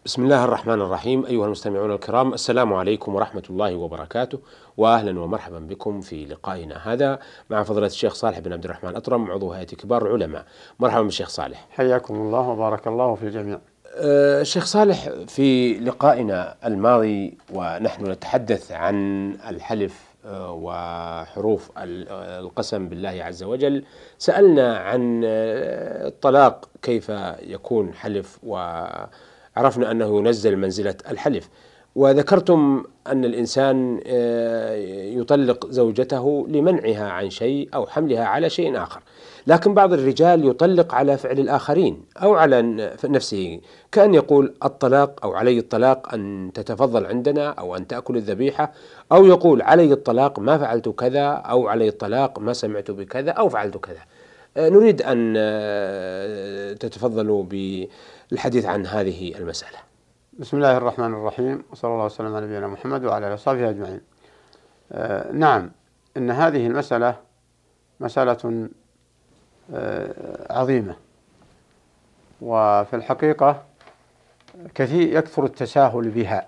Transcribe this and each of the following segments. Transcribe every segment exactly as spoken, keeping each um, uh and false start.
بسم الله الرحمن الرحيم. أيها المستمعون الكرام، السلام عليكم ورحمة الله وبركاته، وأهلا ومرحبا بكم في لقائنا هذا مع فضيلة الشيخ صالح بن عبد الرحمن أطرم، عضو هيئة كبار العلماء. مرحبا بالشيخ صالح. حياكم الله وبارك الله في الجميع. أه شيخ صالح، في لقائنا الماضي ونحن نتحدث عن الحلف أه وحروف القسم بالله عز وجل، سألنا عن الطلاق كيف يكون حلف، وعرفنا أنه ينزل منزلة الحلف، وذكرتم أن الإنسان يطلق زوجته لمنعها عن شيء أو حملها على شيء آخر، لكن بعض الرجال يطلق على فعل الآخرين أو على نفسه، كأن يقول الطلاق أو علي الطلاق أن تتفضل عندنا أو أن تأكل الذبيحة، أو يقول علي الطلاق ما فعلت كذا، أو علي الطلاق ما سمعت بكذا أو فعلت كذا. نريد أن تتفضلوا بالحديث عن هذه المسألة. بسم الله الرحمن الرحيم، وصلى الله وسلم على نبينا محمد وعلى آله وصحبه أجمعين. آه نعم، إن هذه المسألة مسألة آه عظيمة، وفي الحقيقة كثير يكثر التساهل بها،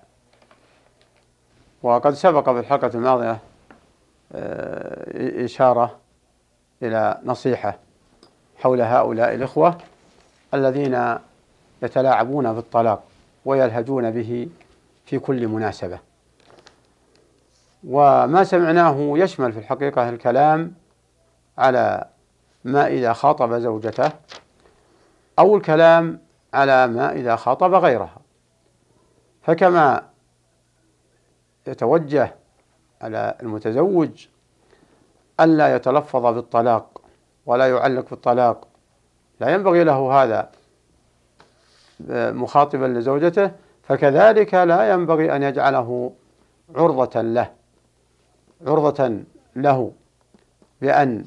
وقد سبق في الحلقة الماضية آه إشارة إلى نصيحة حول هؤلاء الإخوة الذين يتلاعبون بالطلاق ويلهجون به في كل مناسبة. وما سمعناه يشمل في الحقيقة الكلام على ما إذا خاطب زوجته، أو الكلام على ما إذا خاطب غيرها. فكما يتوجه على المتزوج ألا يتلفظ بالطلاق ولا يعلق بالطلاق، لا ينبغي له هذا مخاطبا لزوجته، فكذلك لا ينبغي أن يجعله عرضة له عرضة له بأن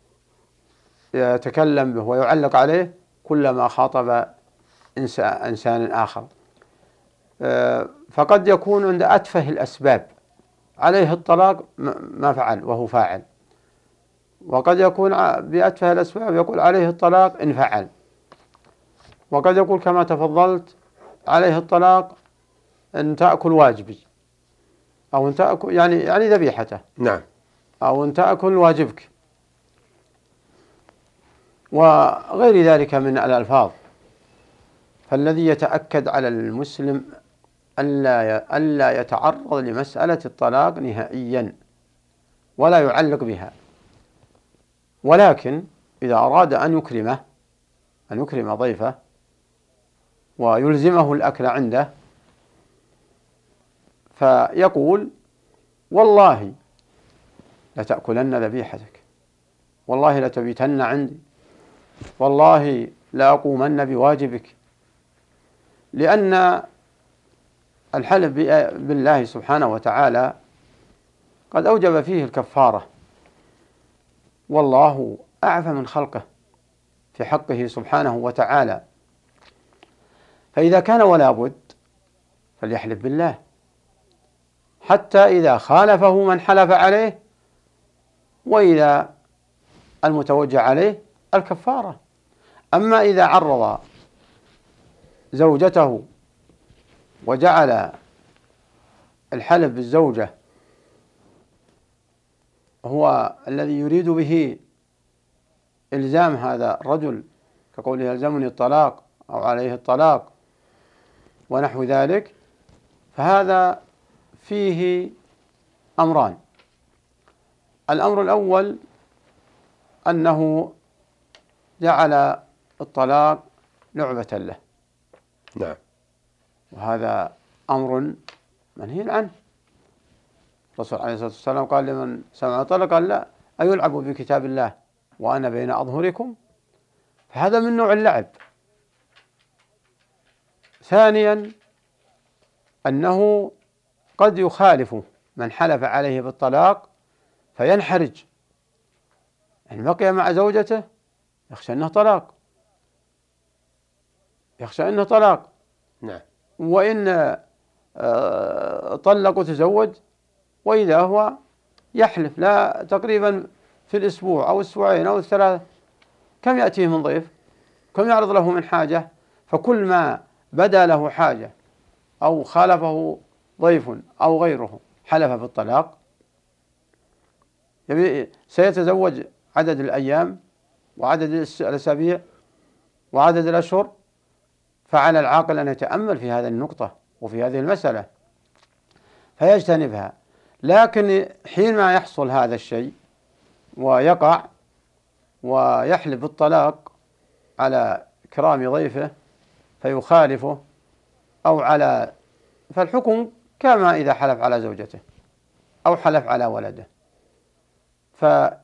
يتكلم به ويعلق عليه كلما خاطب إنسان آخر. فقد يكون عند أتفه الأسباب عليه الطلاق ما فعل وهو فاعل، وقد يكون بأتفه الأسباب يقول عليه الطلاق إن فعل، وقد يقول كما تفضلت عليه الطلاق أن تأكل واجبي، أو أن تأكل يعني يعني ذبيحته، نعم، أو أن تأكل واجبك، وغير ذلك من الألفاظ. فالذي يتأكد على المسلم ألا ألا يتعرض لمسألة الطلاق نهائيا ولا يعلق بها، ولكن إذا أراد أن يكرمه أن يكرم ضيفه ويلزمه الأكل عنده، فيقول والله لتأكلن ذبيحتك، والله لتبيتن عندي، والله لأقومن بواجبك، لأن الحلف بالله سبحانه وتعالى قد أوجب فيه الكفارة، والله أعفى من خلقه في حقه سبحانه وتعالى. فإذا كان ولا بد فليحلف بالله، حتى إذا خالفه من حلف عليه، وإذا المتوجه عليه الكفارة. أما إذا عرض زوجته وجعل الحلف بالزوجة هو الذي يريد به إلزام هذا الرجل، كقوله يلزمني الطلاق أو عليه الطلاق ونحو ذلك، فهذا فيه أمران. الأمر الأول أنه جعل الطلاق لعبة له، نعم، وهذا أمر منهي عنه. الرسول عليه الصلاة والسلام قال لمن سمع طلق قال لا أيلعب بكتاب الله وأنا بين أظهركم، فهذا من نوع اللعب. ثانيا أنه قد يخالف من حلف عليه بالطلاق فينحرج، يعني بقي مع زوجته يخشى أنه طلاق يخشى أنه طلاق نعم، وإن طلق وتزوج، وإذا هو يحلف لا تقريبا في الأسبوع أو الأسبوعين أو الثلاثة كم يأتيه من ضيف، كم يعرض له من حاجة، فكل ما بدا له حاجة أو خالفه ضيف أو غيره حلف بالطلاق، سيتزوج عدد الأيام وعدد الأسابيع وعدد الأشهر، فعلى العاقل أن يتأمل في هذه النقطة وفي هذه المسألة فيجتنبها. لكن حينما يحصل هذا الشيء ويقع ويحلف بالطلاق على إكرام ضيفه فيخالفه أو على، فالحكم كما إذا حلف على زوجته أو حلف على ولده، ف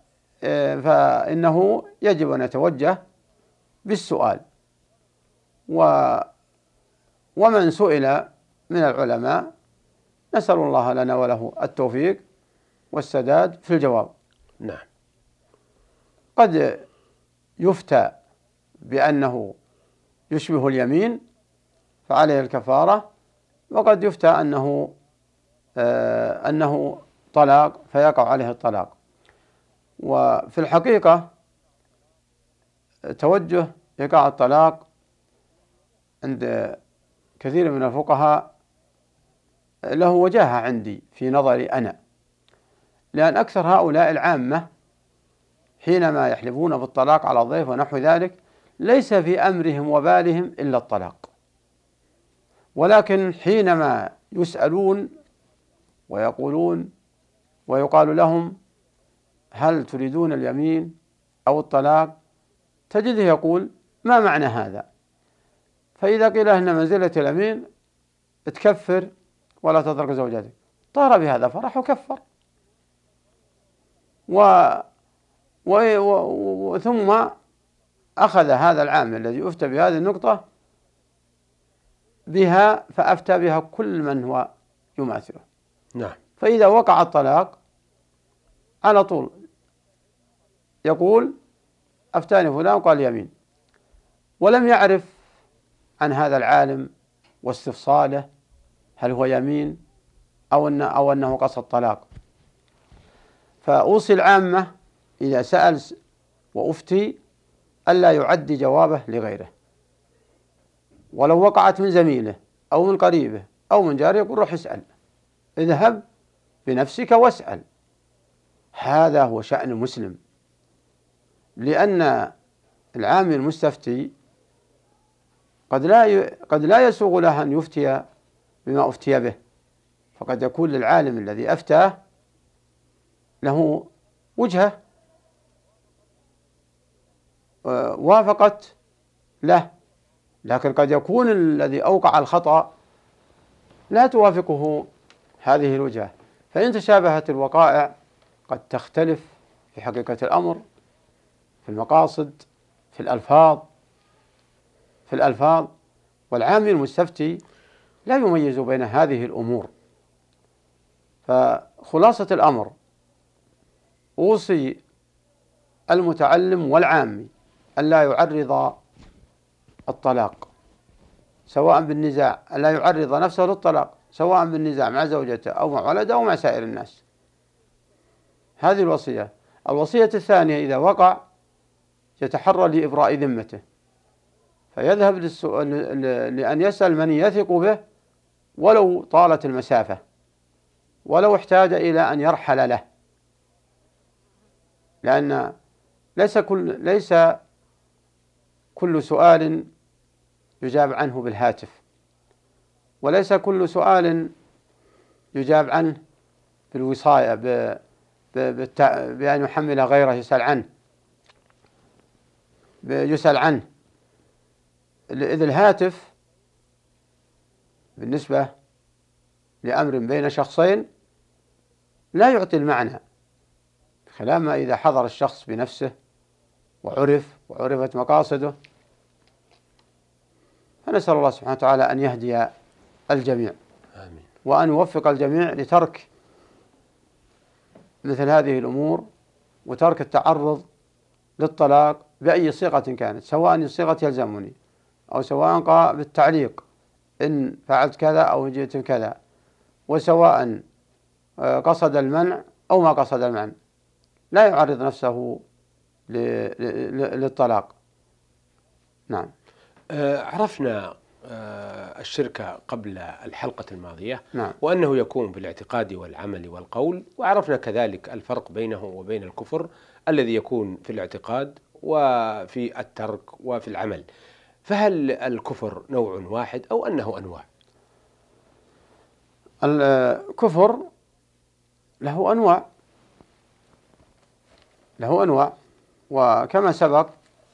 فإنه يجب أن يتوجه بالسؤال. و ومن سئل من العلماء نسأل الله لنا وله التوفيق والسداد في الجواب. نعم. قد يفتى بأنه يشبه اليمين فعليه الكفارة، وقد يفتى أنه آه أنه طلاق فيقع عليه الطلاق. وفي الحقيقة توجه إيقاع الطلاق عند كثير من الفقهاء له وجاهة عندي في نظري أنا، لأن أكثر هؤلاء العامة حينما يحلفون بالطلاق على الضيف ونحو ذلك ليس في أمرهم وبالهم إلا الطلاق، ولكن حينما يسألون ويقولون ويقال لهم هل تريدون اليمين أو الطلاق تجده يقول ما معنى هذا؟ فإذا قيل أن منزلة اليمين تكفر ولا تترك زوجتك، طار بهذا فرح وكفر. و... و... و... ثم أخذ هذا العام الذي أفتى بهذه النقطة بها فأفتى بها كل من هو يماثله. نعم. فإذا وقع الطلاق على طول يقول أفتاني فلان قال يمين، ولم يعرف عن هذا العالم واستفصاله هل هو يمين أو أنه, أو أنه قصد طلاق. فأوصي العامة إذا سأل وأفتي ألا يعدي جوابه لغيره، ولو وقعت من زميله أو من قريبه أو من جاره يقول روح اسأل، اذهب بنفسك واسأل. هذا هو شأن المسلم، لأن العامي المستفتي قد لا قد لا يسوغ له أن يفتي بما أفتي به، فقد يكون للعالم الذي أفتاه له وجهة وافقت له، لكن قد يكون الذي أوقع الخطأ لا توافقه هذه الوجهة، فإن تشابهت الوقائع قد تختلف في حقيقة الأمر، في المقاصد، في الألفاظ في الألفاظ والعامي المستفتي لا يميز بين هذه الأمور. فخلاصة الأمر أوصي المتعلم والعامي ألا يعرض الطلاق سواء بالنزاع، ألا يعرض نفسه للطلاق سواء بالنزاع مع زوجته أو مع ولده أو مع سائر الناس. هذه الوصية. الوصية الثانية إذا وقع يتحرى لإبراء ذمته، فيذهب لأن يسأل من يثق به ولو طالت المسافة، ولو احتاج إلى أن يرحل له، لأن ليس كل ليس كل سؤال يجاب عنه بالهاتف، وليس كل سؤال يجاب عنه بالوصاية بأن يحمل غيره يسأل عنه يسأل عنه إذ الهاتف بالنسبة لأمر بين شخصين لا يعطي المعنى، خلاف ما إذا حضر الشخص بنفسه وعرف وعرفت مقاصده. فنسأل الله سبحانه وتعالى أن يهدي الجميع. آمين. وأن يوفق الجميع لترك مثل هذه الأمور وترك التعرض للطلاق بأي صيغة كانت، سواء الصيغة يلزمني أو سواء قال بالتعليق إن فعلت كذا أو جئت كذا، وسواء قصد المنع أو ما قصد المنع، لا يعرض نفسه للطلاق. نعم. عرفنا الشرك قبل الحلقة الماضية، نعم. وأنه يكون بالاعتقاد والعمل والقول، وعرفنا كذلك الفرق بينه وبين الكفر الذي يكون في الاعتقاد وفي الترك وفي العمل. فهل الكفر نوع واحد أو أنه أنواع؟ الكفر له أنواع له أنواع وكما سبق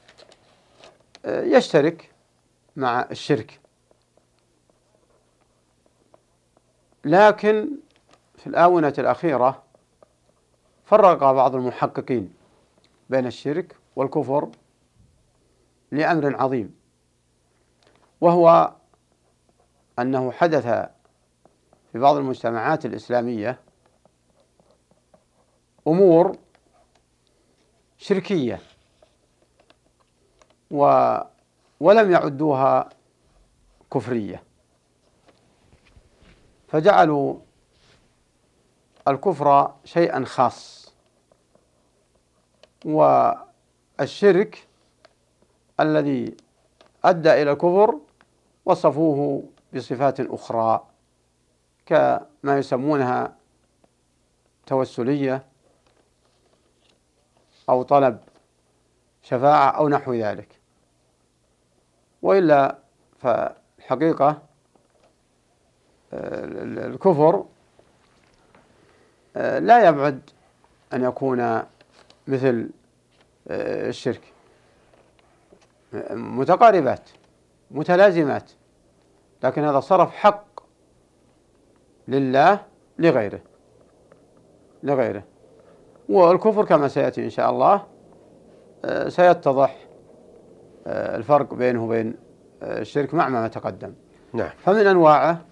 يشترك مع الشرك، لكن في الآونة الأخيرة فرق بعض المحققين بين الشرك والكفر لأمر عظيم، وهو أنه حدث في بعض المجتمعات الإسلامية أمور شركية و ولم يعدوها كفرية، فجعلوا الكفر شيئا خاص، والشرك الذي أدى إلى الكفر وصفوه بصفات أخرى كما يسمونها توسلية أو طلب شفاعة أو نحو ذلك. وإلا فالحقيقة الكفر لا يبعد أن يكون مثل الشرك، متقاربات متلازمات، لكن هذا صرف حق لله لغيره لغيره والكفر كما سيأتي إن شاء الله سيتضح الفرق بينه وبين الشرك مع ما تقدم. نعم. فمن أنواعه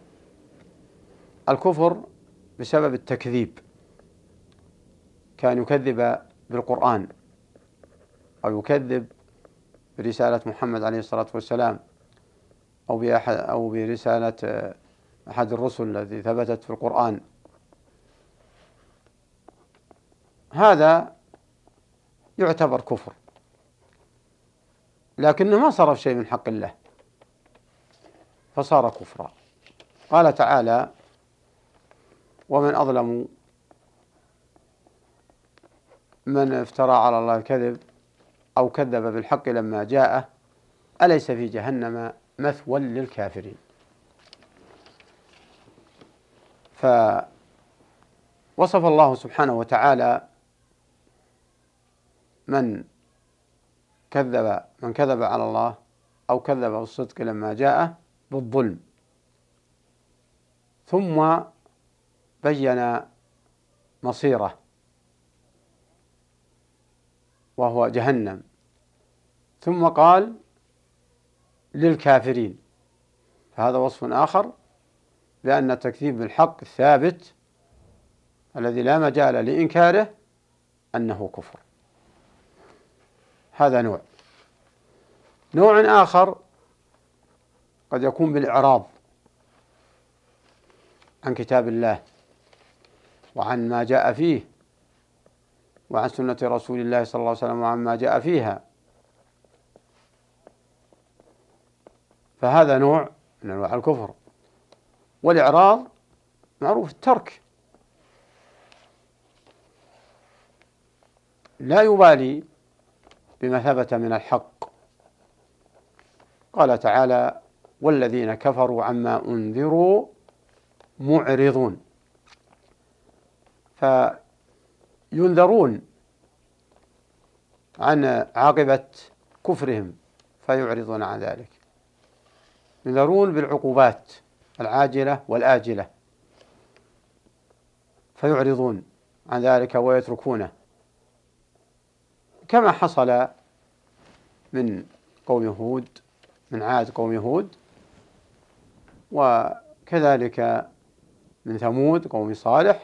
الكفر بسبب التكذيب، كان يكذب بالقرآن أو يكذب برسالة محمد عليه الصلاة والسلام أو بأحد أو برسالة أحد الرسل الذي ثبتت في القرآن، هذا يعتبر كفر، لكنه ما صرف شيء من حق الله فصار كفرا. قال تعالى: ومن أظلم من افترى على الله الكذب أو كذب بالحق لما جاءه أليس في جهنم مثوى للكافرين. فوصف الله سبحانه وتعالى من كذب من كذب على الله أو كذب بالصدق لما جاءه بالظلم، ثم بين مصيره وهو جهنم، ثم قال للكافرين، فهذا وصف آخر بأن التكذيب بالحق الثابت الذي لا مجال لإنكاره أنه كفر. هذا نوع. نوع آخر قد يكون بالإعراض عن كتاب الله وعن ما جاء فيه وعن سنة رسول الله صلى الله عليه وسلم وعن ما جاء فيها، فهذا نوع من أنواع الكفر. والإعراض معروف الترك، لا يبالي بما ثبت من الحق. قال تعالى: والذين كفروا عما أنذروا معرضون، فينذرون عن عاقبة كفرهم فيعرضون عن ذلك، ينذرون بالعقوبات العاجلة والآجلة فيعرضون عن ذلك ويتركونه، كما حصل من قوم هود من عاد قوم هود، وكذلك من ثمود قوم صالح،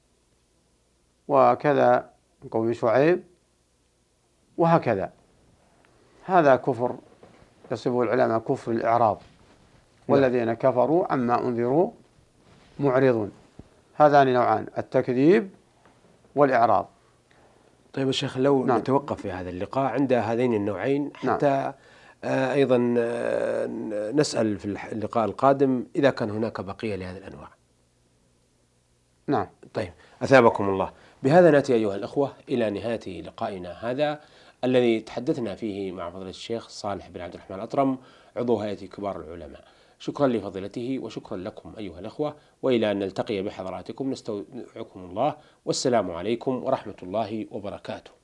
وكذا من قوم شعيب، وهكذا. هذا كفر يصفه العلماء كفر الإعراض. والذين كفروا عما أنذروا معرضون. هذان نوعان: التكذيب والإعراض. طيب يا شيخ، لو نعم. نتوقف في هذا اللقاء عند هذين النوعين حتى نعم. آه، أيضا آه، نسأل في اللقاء القادم إذا كان هناك بقية لهذه الأنواع. نعم. طيب، أثابكم الله. بهذا نأتي أيها الأخوة إلى نهاية لقائنا هذا الذي تحدثنا فيه مع فضيلة الشيخ صالح بن عبد الرحمن الأطرم، عضو هيئة كبار العلماء. شكرا لفضيلته وشكرا لكم أيها الأخوة، وإلى أن نلتقي بحضراتكم نستودعكم الله، والسلام عليكم ورحمة الله وبركاته.